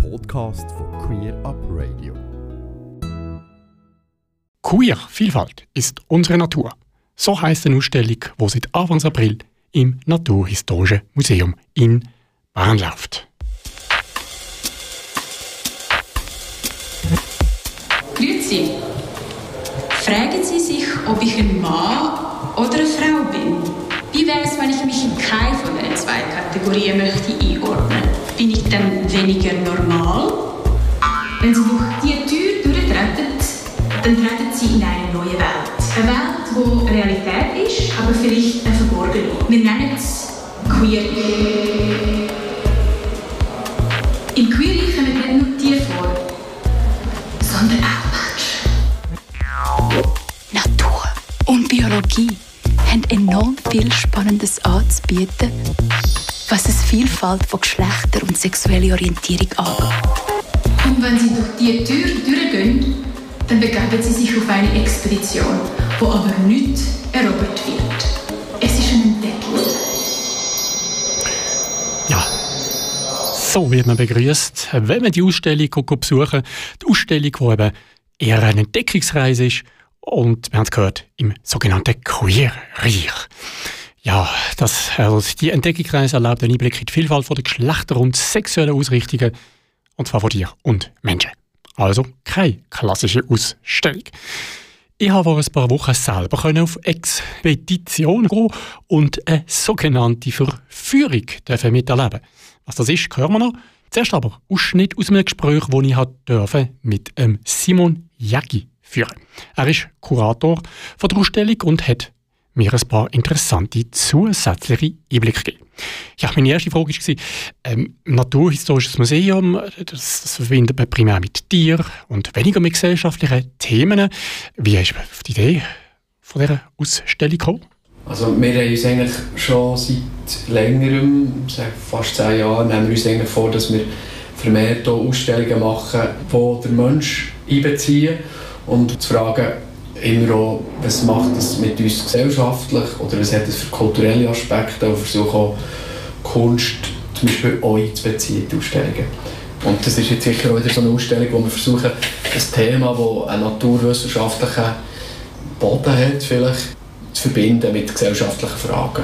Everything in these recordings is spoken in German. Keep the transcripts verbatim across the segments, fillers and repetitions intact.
Podcast von Queer Up Radio. Queer Vielfalt ist unsere Natur. So heisst eine Ausstellung, die seit Anfang April im Naturhistorischen Museum in Bern läuft. Grüezi. Fragen Sie sich, ob ich ein Mann oder eine Frau bin? Wie wäre es, wenn ich mich in keine von den zwei Kategorien möchte einordnen? Bin ich dann weniger normal? Wenn Sie durch diese Tür durchtreten, dann treten Sie in eine neue Welt. Eine Welt, die Realität ist, aber vielleicht eine verborgene. Wir nennen es Queer. Im Queer kommen nicht nur Tiere vor, sondern auch Menschen. Natur und Biologie haben enorm viel Spannendes anzubieten, was es Vielfalt von Geschlechter und sexuelle Orientierung angeht. Und wenn Sie durch diese Tür durchgehen, dann begeben Sie sich auf eine Expedition, die aber nicht erobert wird. Es ist eine Entdeckung. Ja, so wird man begrüßt, wenn man die Ausstellung besuchen. Die Ausstellung, die eben eher eine Entdeckungsreise ist und, wir haben es gehört, im sogenannten Queer-Reich. Ja, das, also die Entdeckungsreise erlaubt einen Einblick in die Vielfalt der Geschlechter und sexuellen Ausrichtungen, und zwar von Tieren und Menschen. Also keine klassische Ausstellung. Ich habe vor ein paar Wochen selber auf Expedition gehen und eine sogenannte Verführung miterleben. Was das ist, hören wir noch. Zuerst aber Ausschnitt aus einem Gespräch, das ich durfte mit Simon Jägi führen. Er ist Kurator von der Ausstellung und hat mir ein paar interessante zusätzliche Einblicke gegeben. Ja, meine erste Frage war, ähm, Naturhistorisches Museum, das, das verbindet man primär mit Tieren und weniger mit gesellschaftlichen Themen. Wie ist man auf die Idee von dieser Ausstellung gekommen? Also wir haben uns eigentlich schon seit längerem, fast zehn Jahren, nehmen wir uns eigentlich vor, dass wir vermehrt Ausstellungen machen, die den Menschen einbeziehen und zu fragen, immer auch, was macht das mit uns gesellschaftlich oder was hat das für kulturelle Aspekte, und versuchen auch Kunst zum Beispiel auch einzubeziehen, die Ausstellungen. Und das ist jetzt sicher auch wieder so eine Ausstellung, wo wir versuchen, ein Thema, das einen naturwissenschaftlichen Boden hat, vielleicht zu verbinden mit gesellschaftlichen Fragen.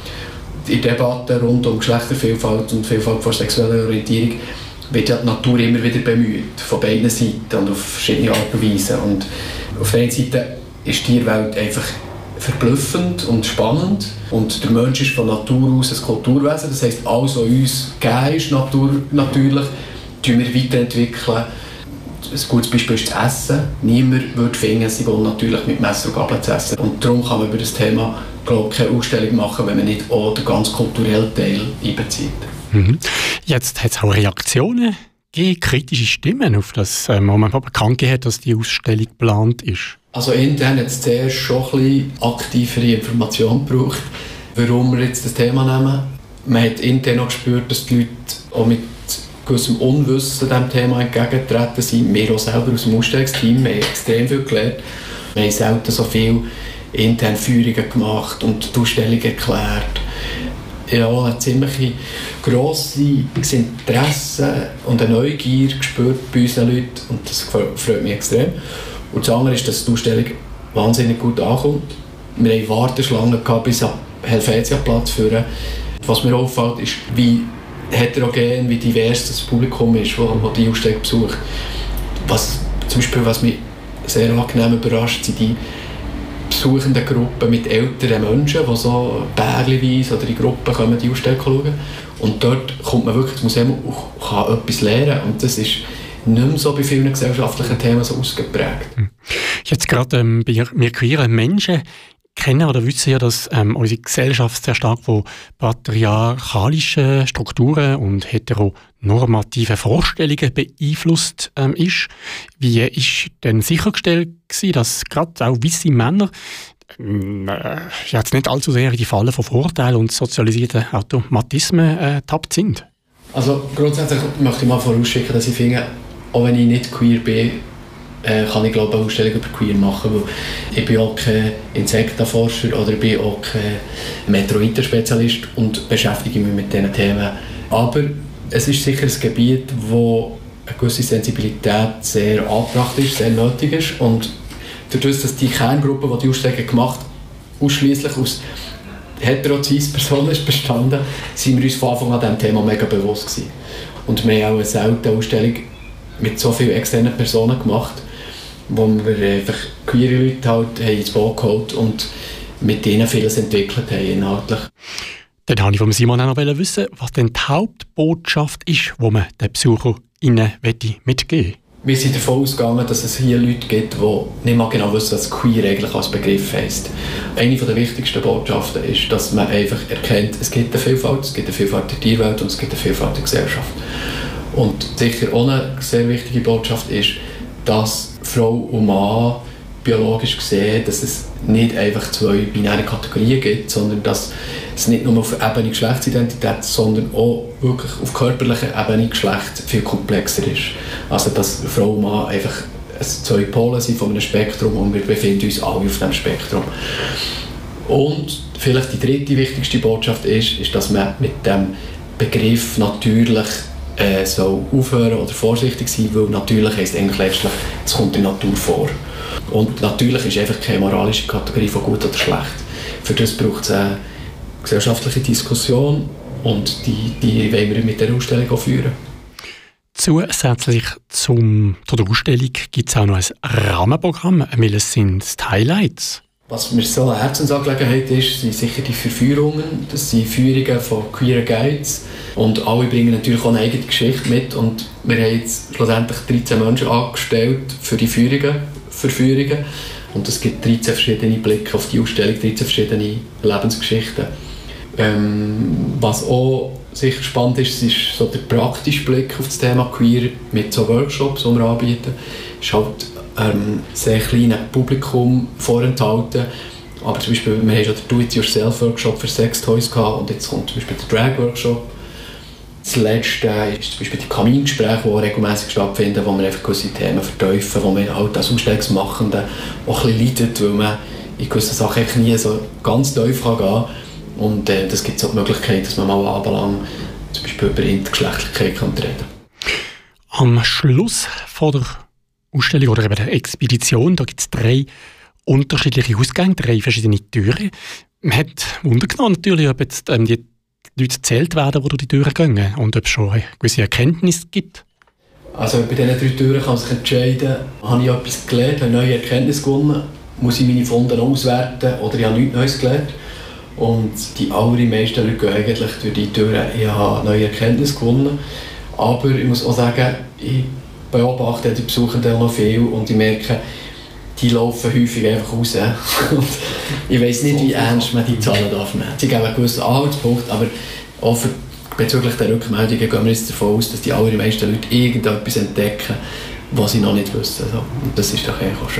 In Debatten rund um Geschlechtervielfalt und Vielfalt von sexueller Orientierung wird ja die Natur immer wieder bemüht, von beiden Seiten und auf verschiedene Art und Weise. Und auf der einen Seite ist die Tierwelt einfach verblüffend und spannend und der Mensch ist von Natur aus ein Kulturwesen, das heisst, alles, was uns gegeben ist, Natur, natürlich, tun wir weiterentwickeln. Ein gutes Beispiel ist das Essen. Niemand würde finden, sie wollen natürlich mit Messer und Gabel zu essen. Und darum kann man über das Thema, glaube ich, keine Ausstellung machen, wenn man nicht auch den ganz kulturellen Teil einbezieht. Mhm. Jetzt hat es auch Reaktionen gegeben, kritische Stimmen auf das, ähm, wo man bekannt gegeben hat, dass die Ausstellung geplant ist. Also intern hat es zuerst schon ein bisschen aktivere Informationen gebraucht, warum wir jetzt das Thema nehmen. Man hat intern auch gespürt, dass die Leute auch mit gewissem Unwissen diesem Thema entgegengetreten sind. Wir auch selber aus dem Ausstellungsteam haben extrem viel gelernt. Wir haben selten so viel interne Führungen gemacht und die Ausstellung erklärt. Ja, ein ziemlich grosses Interesse und eine Neugier gespürt bei unseren Leuten und das freut mich extrem. Und das andere ist, dass die Ausstellung wahnsinnig gut ankommt. Wir hatten Warteschlangen bis am Helvetiaplatz führen. Was mir auffällt, ist, wie heterogen, wie divers das Publikum ist, das die Ausstellung besucht. Was, zum Beispiel, was mich sehr angenehm überrascht, sind die besuchenden Gruppen mit älteren Menschen, die so pärchenweise oder in Gruppen kommen, die Ausstellung schauen. Und dort kommt man wirklich ins Museum und kann etwas lernen. Und das ist nicht mehr so bei vielen gesellschaftlichen Themen so ausgeprägt. Jetzt gerade ähm, bei wir queeren Menschen kennen oder wissen ja, dass ähm, unsere Gesellschaft sehr stark von patriarchalischen Strukturen und heteronormativen Vorstellungen beeinflusst ähm, ist. Wie ist denn sichergestellt gewesen, dass gerade auch weisse Männer ähm, äh, jetzt nicht allzu sehr in die Falle von Vorurteilen und sozialisierten Automatismen äh, tappt sind? Also grundsätzlich möchte ich mal vorausschicken, dass ich finde, auch wenn ich nicht queer bin, äh, kann ich glaube eine Ausstellung über Queer machen, weil ich bin auch kein Insektenforscher oder ich bin auch kein Meteoritenspezialist und beschäftige mich mit diesen Themen. Aber es ist sicher ein Gebiet, wo eine gewisse Sensibilität sehr angebracht ist, sehr nötig ist. Und dadurch, dass die Kerngruppe, die die Ausstellung gemacht hat, ausschliesslich aus hetero-cis-Personen ist bestanden, sind wir uns von Anfang an diesem Thema mega bewusst gewesen. Und wir haben auch eine seltene Ausstellung mit so vielen externen Personen gemacht, wo wir einfach queere Leute halt ins Boot geholt und mit denen vieles entwickelt haben inhaltlich. Dann wollte ich von Simon auch noch wissen, was denn die Hauptbotschaft ist, die man den BesucherInnen mitgeben will. Wir sind davon ausgegangen, dass es hier Leute gibt, die nicht mal genau wissen, was queer eigentlich als Begriff heisst. Eine der wichtigsten Botschaften ist, dass man einfach erkennt, es gibt eine Vielfalt, es gibt eine Vielfalt der Tierwelt und es gibt eine Vielfalt der Gesellschaft. Und sicher auch eine sehr wichtige Botschaft ist, dass Frau und Mann biologisch gesehen, dass es nicht einfach zwei binäre Kategorien gibt, sondern dass es nicht nur auf der Ebene Geschlechtsidentität, sondern auch wirklich auf körperlicher Ebene Geschlecht viel komplexer ist. Also dass Frau und Mann einfach zwei Pole sind von einem Spektrum und wir befinden uns alle auf diesem Spektrum. Und vielleicht die dritte wichtigste Botschaft ist, ist dass man mit dem Begriff natürlich äh, soll aufhören oder vorsichtig sein, weil natürlich heisst eigentlich letztlich, es kommt in der Natur vor. Und natürlich ist einfach keine moralische Kategorie von gut oder schlecht. Für das braucht es eine gesellschaftliche Diskussion und die, die wollen wir mit der Ausstellung auch führen. Zusätzlich zum, zu der Ausstellung gibt es auch noch ein Rahmenprogramm. Welches sind die Highlights? Was mir so eine Herzensangelegenheit ist, sind sicher die Verführungen. Das sind Führungen von queeren Guides. Und alle bringen natürlich auch eine eigene Geschichte mit. Und wir haben jetzt schlussendlich dreizehn Menschen angestellt für die Führungen, Verführungen. Und es gibt dreizehn verschiedene Blicke auf die Ausstellung, dreizehn verschiedene Lebensgeschichten. Ähm, was auch sicher spannend ist, ist so der praktische Blick auf das Thema Queer mit so Workshops, die wir anbieten. Es ist halt ähm, sehr kleines Publikum vorenthalten. Aber zum Beispiel, wir haben schon den Do-it-yourself-Workshop für Sextoys gehabt und jetzt kommt zum Beispiel der Drag-Workshop. Das letzte ist zum Beispiel die Kamingespräche, die regelmäßig stattfinden, wo wir einfach gewisse Themen vertiefen, wo man halt als Ausstellungsmachende auch ein bisschen leidet, weil man in gewissen Sachen echt nie so ganz tief gehen kann. Und äh, das gibt es auch die Möglichkeit, dass man mal abendlang zum Beispiel über Intergeschlechtlichkeit kann reden kann. Am Schluss von der Ausstellung oder eben der Expedition, da gibt es drei unterschiedliche Ausgänge, drei verschiedene Türen. Man hat Wunder genommen natürlich, ob jetzt ähm, die Leute gezählt werden, die durch die Türen gehen und ob es schon eine gewisse Erkenntnis gibt. Also bei diesen drei Türen kann man sich entscheiden, habe ich etwas gelernt, habe neue Erkenntnisse gewonnen, muss ich meine Funde auswerten oder ich habe nichts Neues gelernt. Und die allermeisten Leute gehen eigentlich durch die Türen, ich habe neue Erkenntnisse gewonnen. Aber ich muss auch sagen, ich beobachte die Besuchenden noch viel und ich merke, die laufen häufig einfach raus. Und ich weiss nicht, wie ernst man die Zahlen darf nehmen. Sie geben einen gewissen Anhaltspunkt, aber auch für, bezüglich der Rückmeldungen gehen wir jetzt davon aus, dass die allermeisten Leute irgendetwas entdecken, was sie noch nicht wissen. Und das ist doch eigentlich auch schön.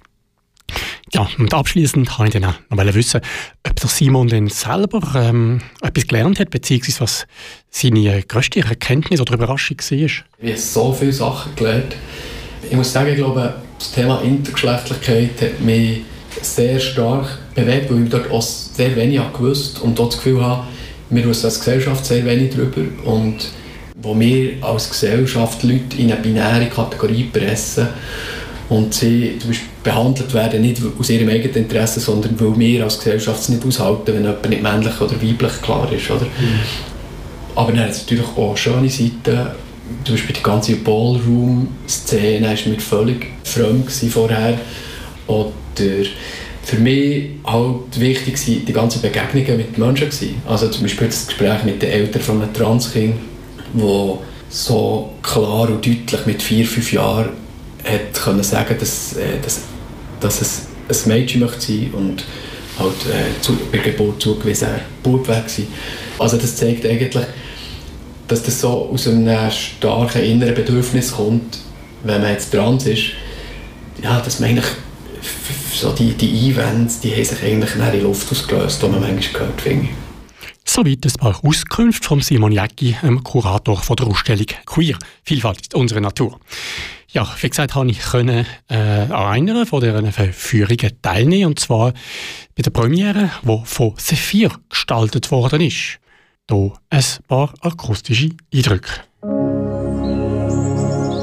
Ja, und abschliessend wollte ich dann auch noch wissen, ob der Simon denn selber ähm, etwas gelernt hat, beziehungsweise was seine grösste Erkenntnis oder Überraschung war. Ich habe so viele Sachen gelernt. Ich muss sagen, ich glaube, das Thema Intergeschlechtlichkeit hat mich sehr stark bewegt, weil ich dort auch sehr wenig gewusst habe und dort das Gefühl habe, wir wissen als Gesellschaft sehr wenig darüber. Und wo wir als Gesellschaft Leute in eine binäre Kategorie pressen und sie zum Beispiel behandelt werden, nicht aus ihrem eigenen Interesse, sondern weil wir als Gesellschaft es nicht aushalten, wenn jemand nicht männlich oder weiblich klar ist. Oder? Mhm. Aber dann hat es natürlich auch schöne Seiten. Zum Beispiel die ganze Ballroom-Szene war mir völlig fremd vorher. Oder für mich halt wichtig waren die ganzen Begegnungen mit Menschen. Also zum Beispiel das Gespräch mit den Eltern von einem Transkind, wo so klar und deutlich mit vier, fünf Jahren hat können sagen, dass, äh, dass, dass es ein Mädchen möchte sein und halt äh, zu, bei der Geburt zugewiesen Bub war. Also das zeigt eigentlich, dass das so aus einem starken inneren Bedürfnis kommt, wenn man jetzt dran ist, ja, dass man eigentlich so die, die Einwände, die haben sich eigentlich in die Luft ausgelöst, die man manchmal gehört, finde ich. Soweit ein paar Auskünfte von Simon Jäcki, dem Kurator von der Ausstellung Queer. Vielfalt ist unsere Natur. Ja, wie gesagt, konnte ich können, äh, an einer von diesen Verführungen teilnehmen, und zwar bei der Premiere, die von Sephir gestaltet worden ist. Hier ein paar akustische Eindrücke.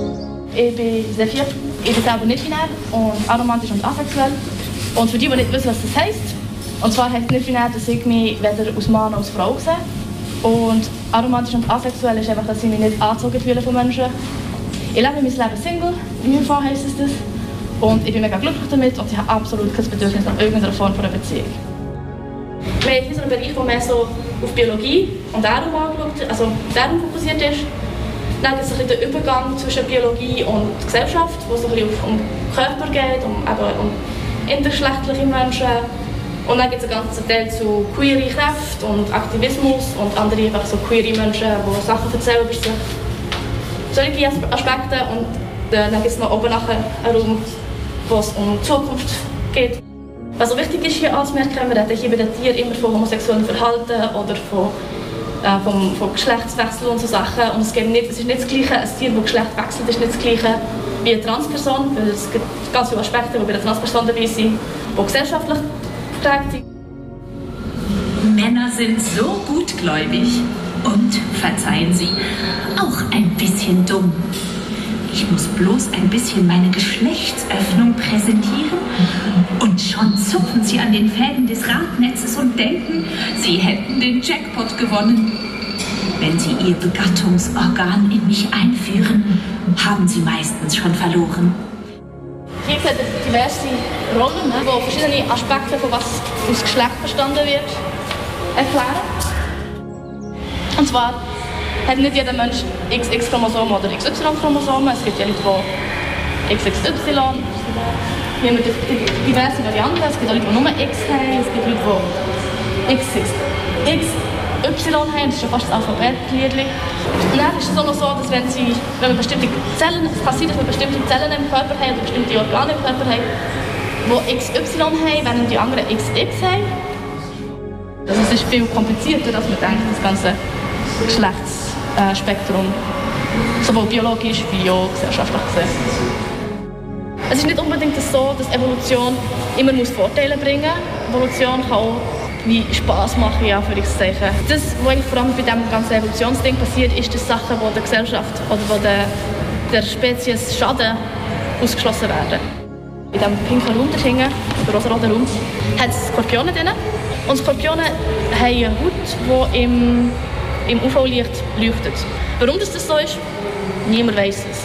Ich bin Sephir, ich bin selber nicht binär und aromantisch und asexuell. Und für die, die nicht wissen, was das heisst, und zwar heisst nicht binär, dass ich mich weder als Mann noch als Frau sehe. Und aromantisch und asexuell ist einfach, dass ich mich nicht angezogen fühle von Menschen. Ich lebe mein Leben Single, in meinem Fall heisst es das. Und ich bin mega glücklich damit und ich habe absolut kein Bedürfnis nach irgendeiner Form von einer Beziehung. Wir haben hier so einen Bereich, der mehr so auf Biologie und Darum angeschaut, also Darum fokussiert ist. Dann gibt es ein bisschen den Übergang zwischen Biologie und Gesellschaft, wo es so ein bisschen um den Körper geht, um, eben, um intergeschlechtliche Menschen. Und dann gibt es einen ganzen Teil zu queere Kräfte und Aktivismus und andere einfach so queere Menschen, die Sachen erzählen über sich. Solche Aspekte. Und dann gibt es noch oben nachher einen Raum, wo es um die Zukunft geht. Was so wichtig ist hier anzumerken, wir reden hier bei den Tieren immer von homosexuellem Verhalten oder von, äh, vom, von Geschlechtswechsel und so Sachen. Und es, geht nicht, es ist nicht das Gleiche, ein Tier, das Geschlecht wechselt, ist nicht das Gleiche wie eine Transperson, weil es gibt ganz viele Aspekte, die bei einer Transperson dabei sind, die gesellschaftlich geprägt sind. Männer sind so gutgläubig und, verzeihen Sie, auch ein bisschen dumm. Ich muss bloß ein bisschen meine Geschlechtsöffnung präsentieren und schon zupfen sie an den Fäden des Radnetzes und denken, sie hätten den Jackpot gewonnen. Wenn sie ihr Begattungsorgan in mich einführen, haben sie meistens schon verloren. Hier sieht es diverse Rollen, ne, wo verschiedene Aspekte, von was aus Geschlecht verstanden wird, erklären. Und zwar hat nicht jeder Mensch X X-Chromosomen oder X Y-Chromosomen. Es gibt ja Leute, die X X Y. Wir haben diverse Varianten. Es gibt auch Leute, die nur X haben. Es gibt Leute, die X X Y haben. Das ist ja fast das Alphabetliedli. Und dann ist es auch noch so, dass wenn, sie, wenn man bestimmte Zellen, es kann sein, dass man bestimmte Zellen im Körper haben oder bestimmte Organe im Körper haben, die X Y haben, während die anderen X X haben. Also es ist viel komplizierter, als man denkt, das ganze Geschlechtsspektrum, sowohl biologisch wie auch gesellschaftlich gesehen. Es ist nicht unbedingt so, dass Evolution immer muss Vorteile bringen muss. Evolution kann auch wie Spass machen, ja, für Anführungszeichen. Das, was vor allem bei diesem ganzen Evolutionsding passiert, ist, dass Sachen, die der Gesellschaft oder wo der, der Spezies schaden, ausgeschlossen werden. In diesem pinken Raum, der rosa-roten Raum, hat es Skorpione drin. Und Skorpione haben eine Haut, die im im U V-Licht leuchtet. Warum das, das so ist, niemand weiß es.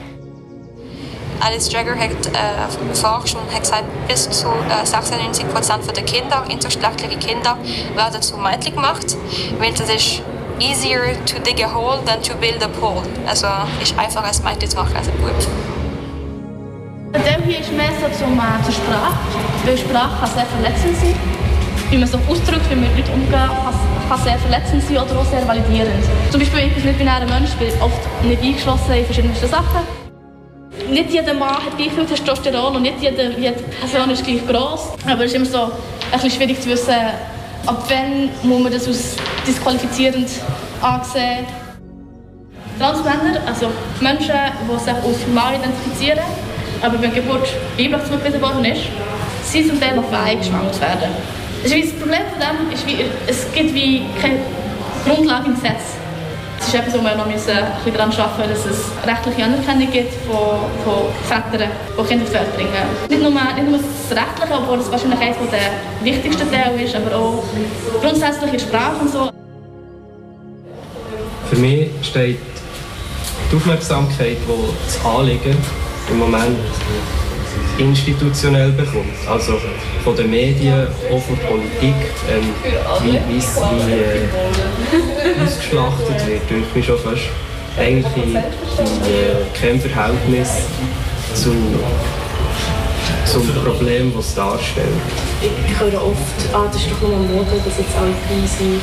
Alice Jagger hat äh, geforscht und hat gesagt, bis zu äh, sechsundneunzig Prozent der Kinder, intergeschlechtliche Kinder, werden zu Mädchen gemacht, weil es ist easier to dig a hole than to build a pool. Also ist einfacher als Mädchen zu machen als ein Bub. Der hier ist mehr so zum, äh, zur Sprache, weil Sprache kann sehr verletzend sein. Wie man sich ausdrückt, wie man mit Leuten umgeht, kann, kann sehr verletzend sein oder auch sehr validierend. Zum Beispiel, ich bin nicht binärer Mensch, bin oft nicht eingeschlossen in verschiedensten Sachen. Nicht jeder Mann hat gleich viel Testosteron und nicht jede, jede Person ist gleich gross. Aber es ist immer so ein bisschen schwierig zu wissen, ab wann muss man das als disqualifizierend ansehen. Transmänner, also Menschen, die sich als Mann identifizieren, aber wenn die Geburt weiblich zugewiesen worden ist, sind zum Teil noch fähig, schwanger zu werden. Das, ist wie das Problem von dem ist, wie, es gibt wie keine Grundlage im Gesetz. Es ist etwas, wo wir noch müssen, ein bisschen daran arbeiten, dass es rechtliche Anerkennung gibt von, von Vätern, die Kinder auf die Welt bringen. Nicht nur, nicht nur das Rechtliche, obwohl das wahrscheinlich eines der wichtigsten Teile ist, aber auch grundsätzliche Sprache und so. Für mich steht die Aufmerksamkeit, die das Anliegen im Moment institutionell bekommt, also von den Medien, auch von der Politik, ähm, wie, wie es wie, äh, ausgeschlachtet wird, denke ich schon fast. Eigentlich in, in äh, kein Verhältnis zu, zum Problem, das es darstellt. Ich höre oft, ah, das ist doch nur am Morgen, dass jetzt alle frei sind.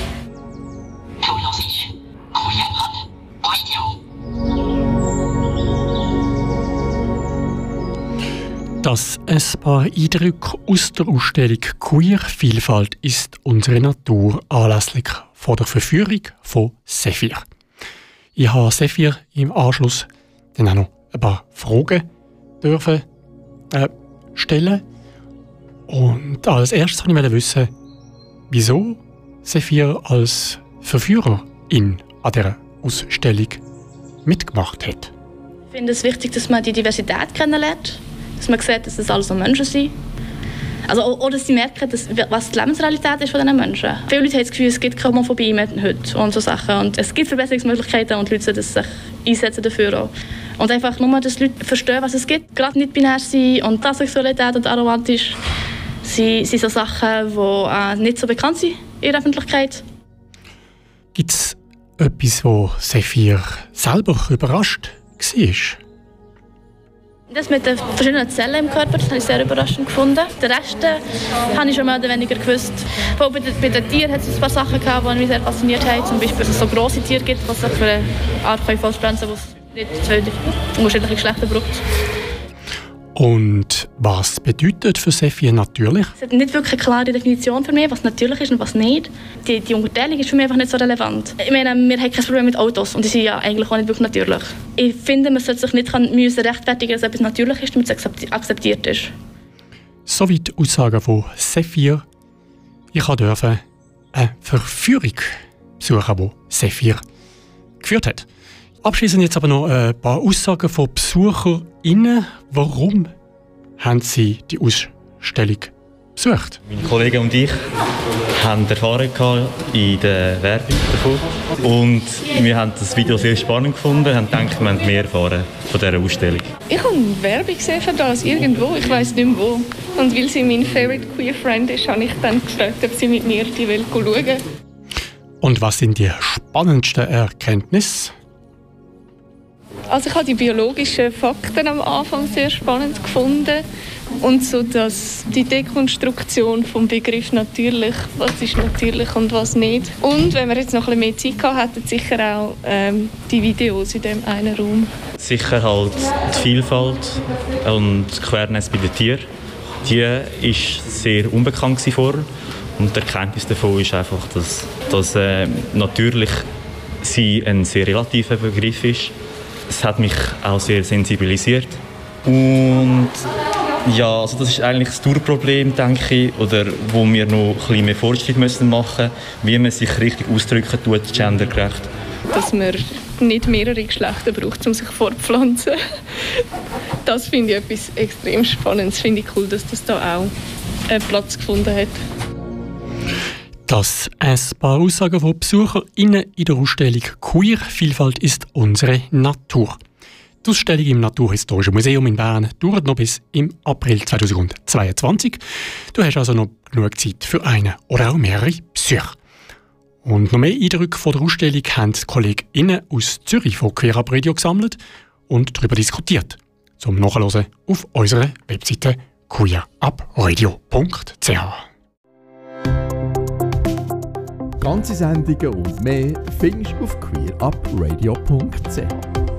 Das ein paar Eindrücke aus der Ausstellung Queer-Vielfalt ist unsere Natur anlässlich von der Verführung von Sephir. Ich habe Sephir im Anschluss dann auch noch ein paar Fragen dürfen, äh, stellen. Und als erstes wollte ich wissen, wieso Sephir als Verführerin an dieser Ausstellung mitgemacht hat. Ich finde es wichtig, dass man die Diversität kennenlernt, dass man sieht, dass das alles so Menschen sind. Also, oder dass sie merken, dass, was die Lebensrealität ist von diesen Menschen. Viele Leute haben das Gefühl, es gibt keine Homophobie mehr heute und so Sachen. Und es gibt Verbesserungsmöglichkeiten und die Leute sollten sich einsetzen dafür auch. Und einfach nur, dass die Leute verstehen, was es gibt. Gerade nicht binär sein und Asexualität und aromantisch sind, sind so Sachen, die äh, nicht so bekannt sind in der Öffentlichkeit. Gibt es etwas, das Sephir selber überrascht war? Das mit den verschiedenen Zellen im Körper, das habe ich sehr überraschend gefunden. Den Rest äh, habe ich schon mehr oder weniger gewusst. Bei den, bei den Tieren hat es ein paar Sachen gehabt, die mich sehr fasziniert haben. Zum Beispiel, dass es so grosse Tiere gibt, die sich für eine Art fortpflanzen können, die nicht zwei unterschiedliche Geschlechter braucht. Und was bedeutet für Sephir natürlich? Es hat nicht wirklich eine klare Definition für mich, was natürlich ist und was nicht. Die, die Unterteilung ist für mich einfach nicht so relevant. Ich meine, wir haben kein Problem mit Autos und die sind ja eigentlich auch nicht wirklich natürlich. Ich finde, man sollte sich nicht müssen rechtfertigen, dass etwas natürlich ist, damit es akzeptiert ist. Soweit die Aussagen von Sephir. Ich durfte eine Verführung besuchen, die Sephir geführt hat. Abschließend jetzt aber noch ein paar Aussagen von BesucherInnen. Warum haben Sie die Ausstellung besucht? Meine Kollegen und ich haben Erfahrung in der Werbung davon. Und wir haben das Video sehr spannend gefunden und haben gedacht, wir haben mehr erfahren von dieser Ausstellung. Ich habe Werbung gesehen für das irgendwo, ich weiss nicht mehr wo. Und weil sie mein Favorite Queer Friend ist, habe ich dann gefragt, ob sie mit mir die Welt schauen will. Und was sind die spannendsten Erkenntnisse? Also ich habe die biologischen Fakten am Anfang sehr spannend gefunden und so dass die Dekonstruktion vom Begriff natürlich, was ist natürlich und was nicht. Und wenn wir jetzt noch ein bisschen mehr Zeit gehabt hätten, sicher auch ähm, die Videos in dem einen Raum. Sicher halt die Vielfalt und die Queerness bei den Tieren. Die war sehr unbekannt vorher und die Erkenntnis davon ist einfach, dass, dass äh, natürlich sie ein sehr relativer Begriff ist. Es hat mich auch sehr sensibilisiert. Und ja, also das ist eigentlich das Durchproblem, denke ich, oder wo wir noch ein bisschen mehr Fortschritt müssen machen, wie man sich richtig ausdrücken tut, gendergerecht. Dass man nicht mehrere Geschlechter braucht, um sich fortpflanzen. Das finde ich etwas extrem Spannendes. Das finde ich cool, dass das da auch einen Platz gefunden hat. Das ein paar Aussagen von BesucherInnen in der Ausstellung «Queer Vielfalt ist unsere Natur». Die Ausstellung im Naturhistorischen Museum in Bern dauert noch bis im April zweitausendzweiundzwanzig. Du hast also noch genug Zeit für einen oder auch mehrere Besuche. Und noch mehr Eindrücke von der Ausstellung haben die KollegInnen aus Zürich von Queer Up Radio gesammelt und darüber diskutiert. Zum Nachhören auf unserer Webseite queer up radio punkt c h. Ganze Sendungen und mehr findest du auf queer up radio punkt c h.